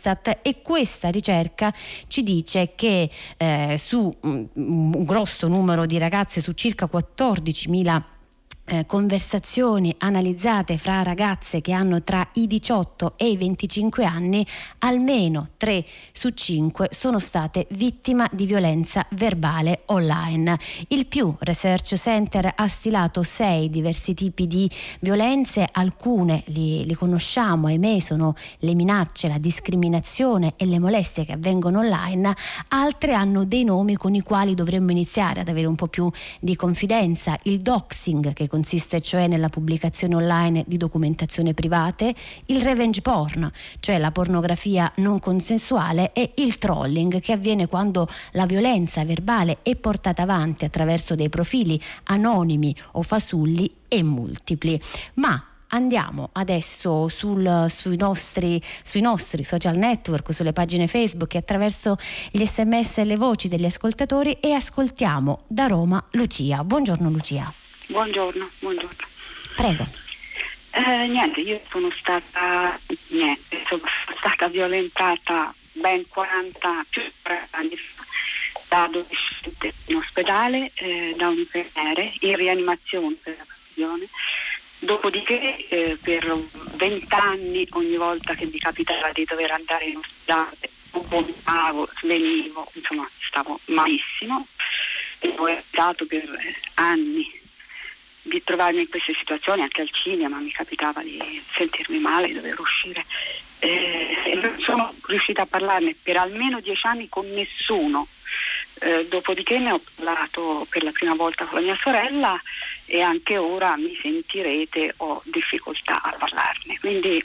e questa ricerca ci dice che eh, su um, un grosso numero di ragazze, su circa quattordicimila Eh, conversazioni analizzate fra ragazze che hanno tra i diciotto e i venticinque anni, almeno tre su cinque sono state vittime di violenza verbale online. Il Pew Research Center ha stilato sei diversi tipi di violenze, alcune li, li conosciamo, ahimè, sono le minacce, la discriminazione e le molestie che avvengono online, altre hanno dei nomi con i quali dovremmo iniziare ad avere un po' più di confidenza: il doxing, che consiste cioè nella pubblicazione online di documentazione private, il revenge porn, cioè la pornografia non consensuale, e il trolling, che avviene quando la violenza verbale è portata avanti attraverso dei profili anonimi o fasulli e multipli. Ma andiamo adesso sul, sui, nostri, sui nostri social network, sulle pagine Facebook e attraverso gli sms e le voci degli ascoltatori, e ascoltiamo da Roma Lucia. Buongiorno Lucia. Buongiorno, buongiorno. Prego. Eh, niente, io sono stata niente, sono stata violentata ben quaranta più di quaranta anni fa da adolescente in ospedale, eh, da un infermiere in rianimazione per la passione. Dopodiché eh, per vent'anni, ogni volta che mi capitava di dover andare in ospedale, vomitavo, svenivo, insomma stavo malissimo, e ho evitato per anni di trovarmi in queste situazioni. Anche al cinema mi capitava di sentirmi male, di dover uscire, eh, e non sono riuscita a parlarne per almeno dieci anni con nessuno. Eh, dopodiché ne ho parlato per la prima volta con la mia sorella, e anche ora mi sentirete, ho difficoltà a parlarne, quindi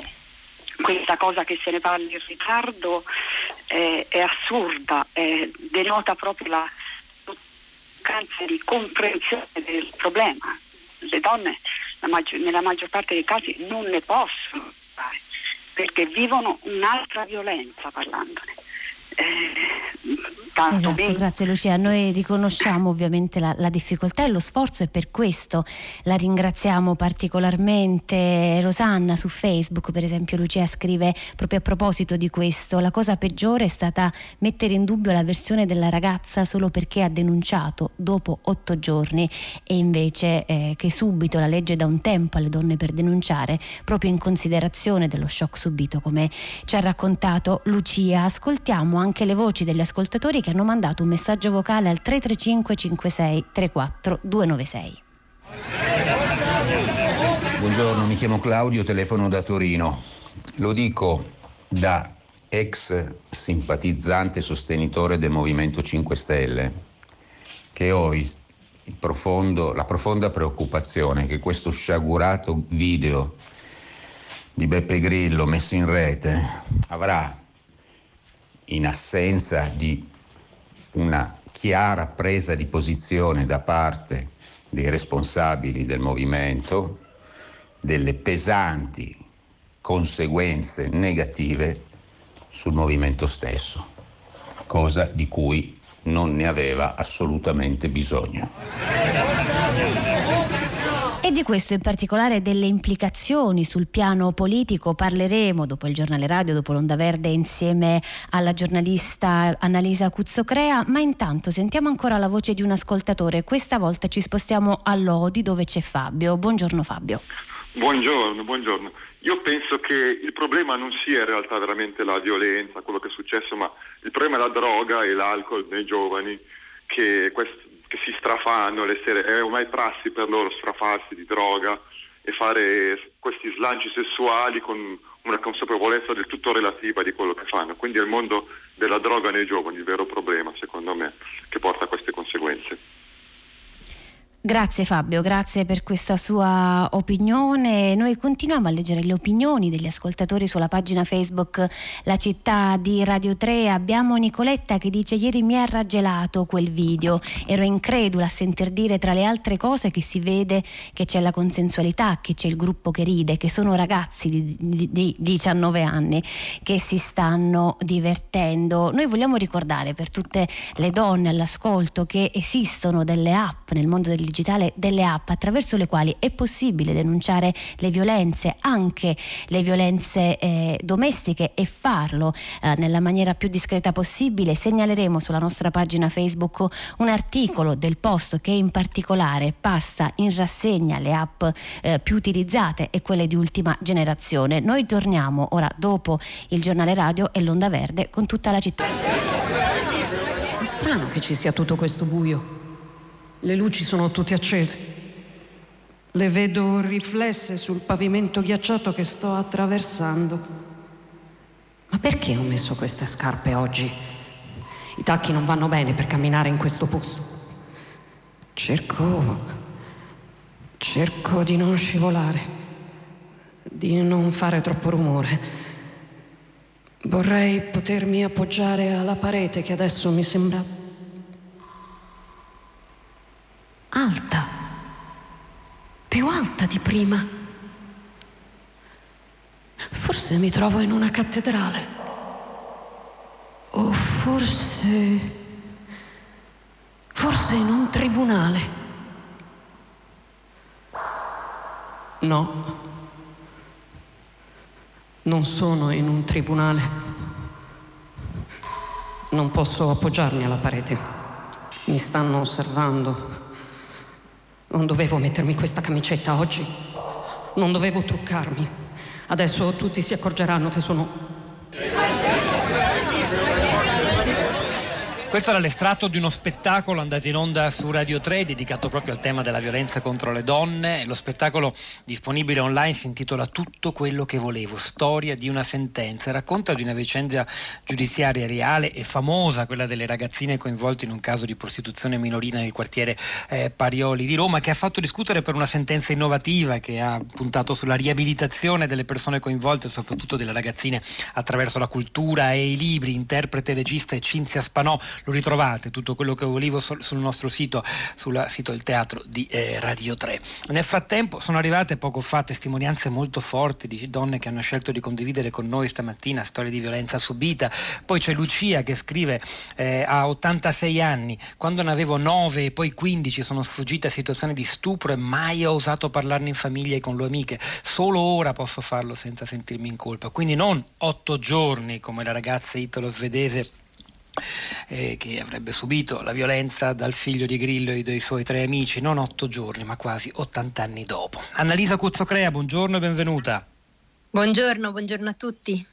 questa cosa che se ne parli in ritardo eh, è assurda, eh, denota proprio la mancanza di comprensione del problema. Le donne la maggior, nella maggior parte dei casi non ne possono fare, perché vivono un'altra violenza parlandone. Eh, esatto, bene. Grazie Lucia, noi riconosciamo ovviamente la, la difficoltà e lo sforzo, e per questo la ringraziamo particolarmente. Rosanna su Facebook per esempio, Lucia scrive proprio a proposito di questo: la cosa peggiore è stata mettere in dubbio la versione della ragazza solo perché ha denunciato dopo otto giorni, e invece eh, che subito la legge dà un tempo alle donne per denunciare, proprio in considerazione dello shock subito, come ci ha raccontato Lucia. Ascoltiamo anche le voci degli ascoltatori che hanno mandato un messaggio vocale al tre tre cinque cinque sei tre quattro due nove sei. Buongiorno, mi chiamo Claudio, telefono da Torino. Lo dico da ex simpatizzante sostenitore del Movimento cinque Stelle, che ho il profondo, la profonda preoccupazione che questo sciagurato video di Beppe Grillo messo in rete avrà, in assenza di una chiara presa di posizione da parte dei responsabili del movimento, delle pesanti conseguenze negative sul movimento stesso, cosa di cui non ne aveva assolutamente bisogno. E di questo, in particolare delle implicazioni sul piano politico, parleremo dopo il giornale radio, dopo l'Onda Verde, insieme alla giornalista Annalisa Cuzzocrea. Ma intanto sentiamo ancora la voce di un ascoltatore. Questa volta ci spostiamo a Lodi, dove c'è Fabio. Buongiorno Fabio. Buongiorno, buongiorno. Io penso che il problema non sia in realtà veramente la violenza, quello che è successo, ma il problema è la droga e l'alcol nei giovani, che questo che si strafanno le sere, è ormai prassi per loro strafarsi di droga e fare questi slanci sessuali con una consapevolezza del tutto relativa di quello che fanno. Quindi è il mondo della droga nei giovani il vero problema, secondo me, che porta a queste conseguenze. Grazie Fabio, grazie per questa sua opinione. Noi continuiamo a leggere le opinioni degli ascoltatori sulla pagina Facebook La Città di Radio tre. Abbiamo Nicoletta che dice: ieri mi ha raggelato quel video, ero incredula a sentir dire tra le altre cose che si vede che c'è la consensualità, che c'è il gruppo che ride, che sono ragazzi di, di, di diciannove anni che si stanno divertendo. Noi vogliamo ricordare per tutte le donne all'ascolto che esistono delle app nel mondo del digitale delle app attraverso le quali è possibile denunciare le violenze, anche le violenze eh, domestiche, e farlo eh, nella maniera più discreta possibile. Segnaleremo sulla nostra pagina Facebook un articolo del Post che in particolare passa in rassegna le app eh, più utilizzate e quelle di ultima generazione. Noi torniamo ora dopo il giornale radio e l'Onda Verde con tutta la città. È strano che ci sia tutto questo buio. Le luci sono tutte accese. Le vedo riflesse sul pavimento ghiacciato che sto attraversando. Ma perché ho messo queste scarpe oggi? I tacchi non vanno bene per camminare in questo posto. Cerco... cerco di non scivolare, di non fare troppo rumore. Vorrei potermi appoggiare alla parete che adesso mi sembra alta, più alta di prima. Forse mi trovo in una cattedrale, o forse, forse in un tribunale. No, non sono in un tribunale. Non posso appoggiarmi alla parete. Mi stanno osservando. Non dovevo mettermi questa camicetta oggi. Non dovevo truccarmi. Adesso tutti si accorgeranno che sono... Questo era l'estratto di uno spettacolo andato in onda su Radio tre dedicato proprio al tema della violenza contro le donne. Lo spettacolo disponibile online si intitola Tutto quello che volevo, storia di una sentenza, e racconta di una vicenda giudiziaria reale e famosa, quella delle ragazzine coinvolte in un caso di prostituzione minorile nel quartiere eh, Parioli di Roma, che ha fatto discutere per una sentenza innovativa che ha puntato sulla riabilitazione delle persone coinvolte, soprattutto delle ragazzine, attraverso la cultura e i libri. Interprete, regista e Cinzia Spanò. Lo ritrovate tutto quello che volevo sul nostro sito, sul sito del teatro di eh, Radio tre. Nel frattempo sono arrivate poco fa testimonianze molto forti di donne che hanno scelto di condividere con noi stamattina storie di violenza subita. Poi c'è Lucia che scrive eh, a ottantasei anni: quando ne avevo nove e poi quindici sono sfuggita a situazioni di stupro e mai ho osato parlarne in famiglia e con le amiche. Solo ora posso farlo senza sentirmi in colpa. Quindi non otto giorni come la ragazza italo-svedese Eh, che avrebbe subito la violenza dal figlio di Grillo e dei suoi tre amici, non otto giorni ma quasi ottanta anni dopo. Annalisa Cuzzocrea, buongiorno e benvenuta. Buongiorno, buongiorno a tutti.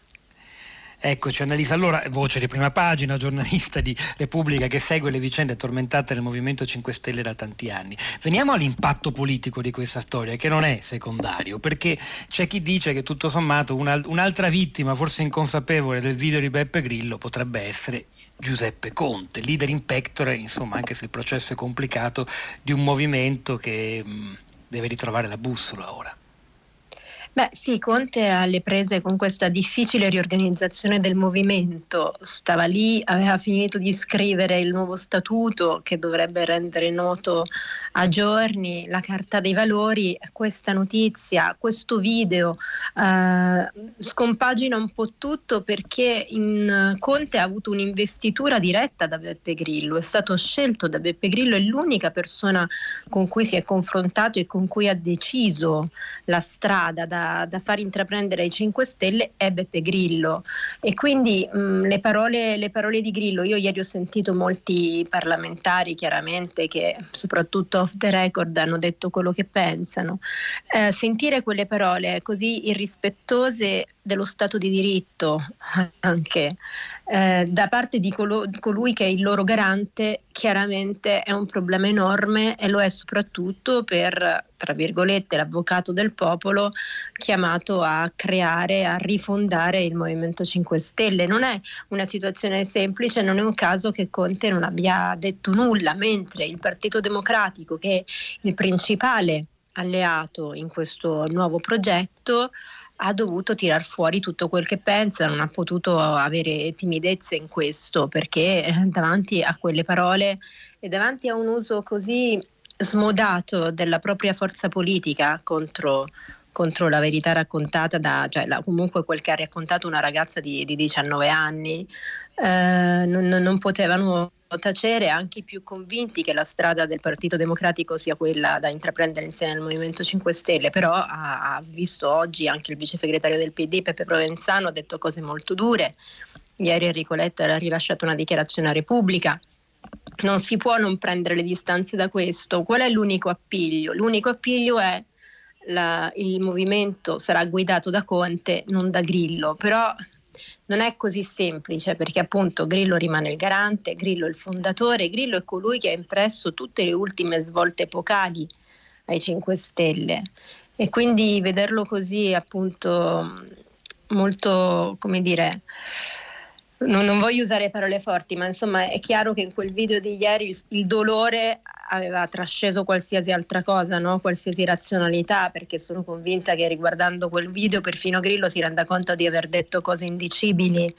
Eccoci Annalisa, allora voce di prima pagina, giornalista di Repubblica che segue le vicende tormentate del Movimento cinque Stelle da tanti anni. Veniamo all'impatto politico di questa storia, che non è secondario, perché c'è chi dice che tutto sommato una, un'altra vittima, forse inconsapevole, del video di Beppe Grillo potrebbe essere Giuseppe Conte, leader in pectore, insomma, anche se il processo è complicato, di un movimento che mh, deve ritrovare la bussola ora. Beh sì, Conte alle prese con questa difficile riorganizzazione del movimento, stava lì, aveva finito di scrivere il nuovo statuto che dovrebbe rendere noto a giorni la Carta dei Valori. Questa notizia, questo video eh, scompagina un po' tutto, perché in Conte ha avuto un'investitura diretta da Beppe Grillo, è stato scelto da Beppe Grillo, è l'unica persona con cui si è confrontato e con cui ha deciso la strada da da far intraprendere ai cinque Stelle è Beppe Grillo, e quindi mh, le parole le parole di Grillo, io ieri ho sentito molti parlamentari chiaramente che soprattutto off the record hanno detto quello che pensano, eh, sentire quelle parole così irrispettose dello Stato di diritto anche eh, da parte di colo- colui che è il loro garante, chiaramente è un problema enorme, e lo è soprattutto per, tra virgolette, l'avvocato del popolo chiamato a creare, a rifondare il Movimento cinque Stelle. Non è una situazione semplice, non è un caso che Conte non abbia detto nulla, mentre il Partito Democratico, che è il principale alleato in questo nuovo progetto, ha dovuto tirar fuori tutto quel che pensa, non ha potuto avere timidezza in questo, perché davanti a quelle parole e davanti a un uso così smodato della propria forza politica contro, contro la verità raccontata da, cioè la, comunque quel che ha raccontato una ragazza di, di diciannove anni, eh, non, non potevano tacere anche i più convinti che la strada del Partito Democratico sia quella da intraprendere insieme al Movimento cinque Stelle, però ha, ha visto oggi anche il vice segretario del P D Peppe Provenzano ha detto cose molto dure. Ieri Enrico Letta ha rilasciato una dichiarazione a Repubblica. Non si può non prendere le distanze da questo. Qual è l'unico appiglio? L'unico appiglio è la, il movimento sarà guidato da Conte, non da Grillo, però non è così semplice, perché appunto Grillo rimane il garante, Grillo è il fondatore, Grillo è colui che ha impresso tutte le ultime svolte epocali ai cinque Stelle, e quindi vederlo così appunto molto, come dire, non, non voglio usare parole forti, ma insomma è chiaro che in quel video di ieri il, il dolore aveva trasceso qualsiasi altra cosa, no? Qualsiasi razionalità, perché sono convinta che riguardando quel video perfino Grillo si renda conto di aver detto cose indicibili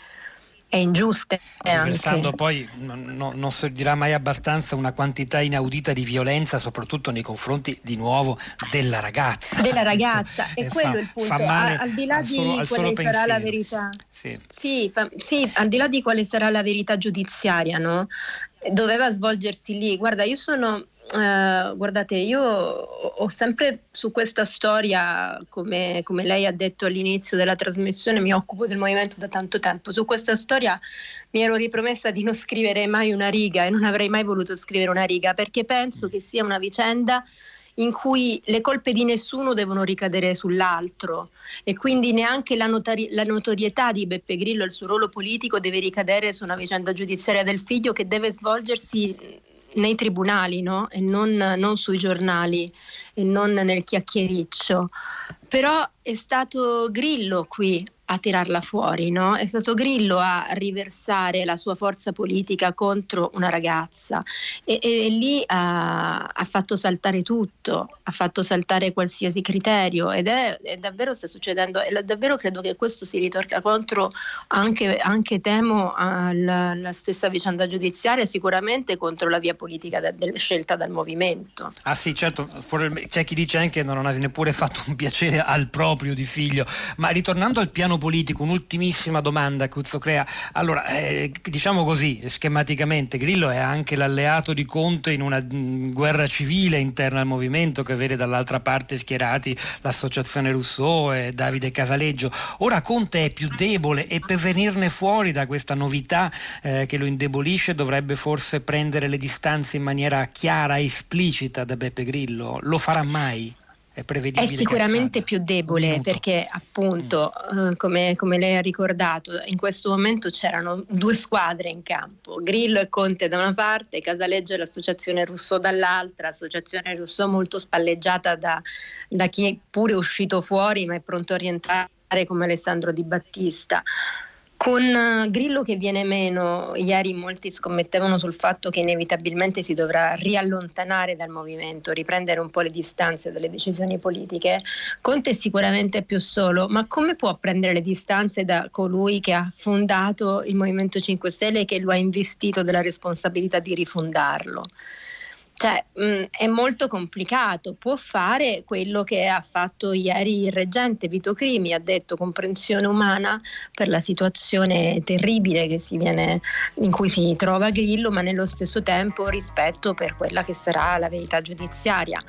e ingiuste. Pensando poi non, non, non si dirà mai abbastanza una quantità inaudita di violenza, soprattutto nei confronti di nuovo della ragazza. Della ragazza, e quello fa, è il punto. Fa male al, al di là al solo, di al quale sarà pensiero. la verità, sì. Sì, fa, sì, al di là di quale sarà la verità giudiziaria, no? Doveva svolgersi lì. Guarda, io sono Uh, guardate, io ho sempre su questa storia, come, come lei ha detto all'inizio della trasmissione, mi occupo del movimento da tanto tempo. Su questa storia mi ero ripromessa di non scrivere mai una riga, e non avrei mai voluto scrivere una riga, perché penso che sia una vicenda in cui le colpe di nessuno devono ricadere sull'altro, e quindi neanche la, notari- la notorietà di Beppe Grillo e il suo ruolo politico deve ricadere su una vicenda giudiziaria del figlio, che deve svolgersi nei tribunali, no? E non, non sui giornali, e non nel chiacchiericcio. Però è stato Grillo qui a tirarla fuori, no? È stato Grillo a riversare la sua forza politica contro una ragazza, e, e, e lì ha, ha fatto saltare tutto, ha fatto saltare qualsiasi criterio, ed è, è davvero sta succedendo, e davvero credo che questo si ritorca contro anche, anche temo alla, alla stessa vicenda giudiziaria, sicuramente contro la via politica de, de, scelta dal movimento. Ah sì, certo, c'è chi dice anche che non ha neppure fatto un piacere al proprio di figlio. Ma ritornando al piano politico, un'ultimissima domanda, Cuzzocrea. Allora, eh, diciamo così, schematicamente, Grillo è anche l'alleato di Conte in una mh, guerra civile interna al movimento, che vede dall'altra parte schierati l'associazione Rousseau e Davide Casaleggio. Ora Conte è più debole, e per venirne fuori da questa novità eh, che lo indebolisce dovrebbe forse prendere le distanze in maniera chiara e esplicita da Beppe Grillo. Lo farà mai? È prevedibile? È sicuramente più debole, perché appunto mm. eh, come, come lei ha ricordato, in questo momento c'erano due squadre in campo, Grillo e Conte da una parte, Casaleggio e l'associazione Rousseau dall'altra, associazione Rousseau molto spalleggiata da, da chi è pure uscito fuori ma è pronto a rientrare, come Alessandro Di Battista. Con Grillo che viene meno, ieri molti scommettevano sul fatto che inevitabilmente si dovrà riallontanare dal movimento, riprendere un po' le distanze dalle decisioni politiche. Conte è sicuramente più solo, ma come può prendere le distanze da colui che ha fondato il Movimento cinque Stelle e che lo ha investito della responsabilità di rifondarlo? Cioè, mh, è molto complicato. Può fare quello che ha fatto ieri il reggente Vito Crimi, ha detto comprensione umana per la situazione terribile che si viene, in cui si trova Grillo, ma nello stesso tempo rispetto per quella che sarà la verità giudiziaria.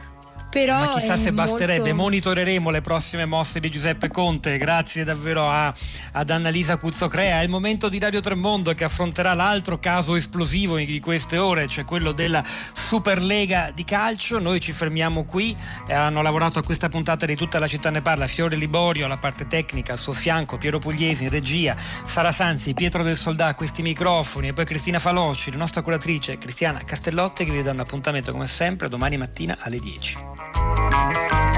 Però ma chissà se basterebbe. molto... Monitoreremo le prossime mosse di Giuseppe Conte. Grazie davvero a, ad Annalisa Cuzzocrea. È il momento di Radio Tremondo, che affronterà l'altro caso esplosivo di queste ore, cioè quello della Superlega di calcio. Noi ci fermiamo qui. Eh, hanno lavorato a questa puntata di Tutta la città ne parla Fiore Liborio alla parte tecnica, al suo fianco Piero Pugliesi in regia, Sara Sanzi, Pietro del Soldà a questi microfoni, e poi Cristina Faloci, la nostra curatrice Cristiana Castellotti, che vi dà un appuntamento come sempre domani mattina alle dieci.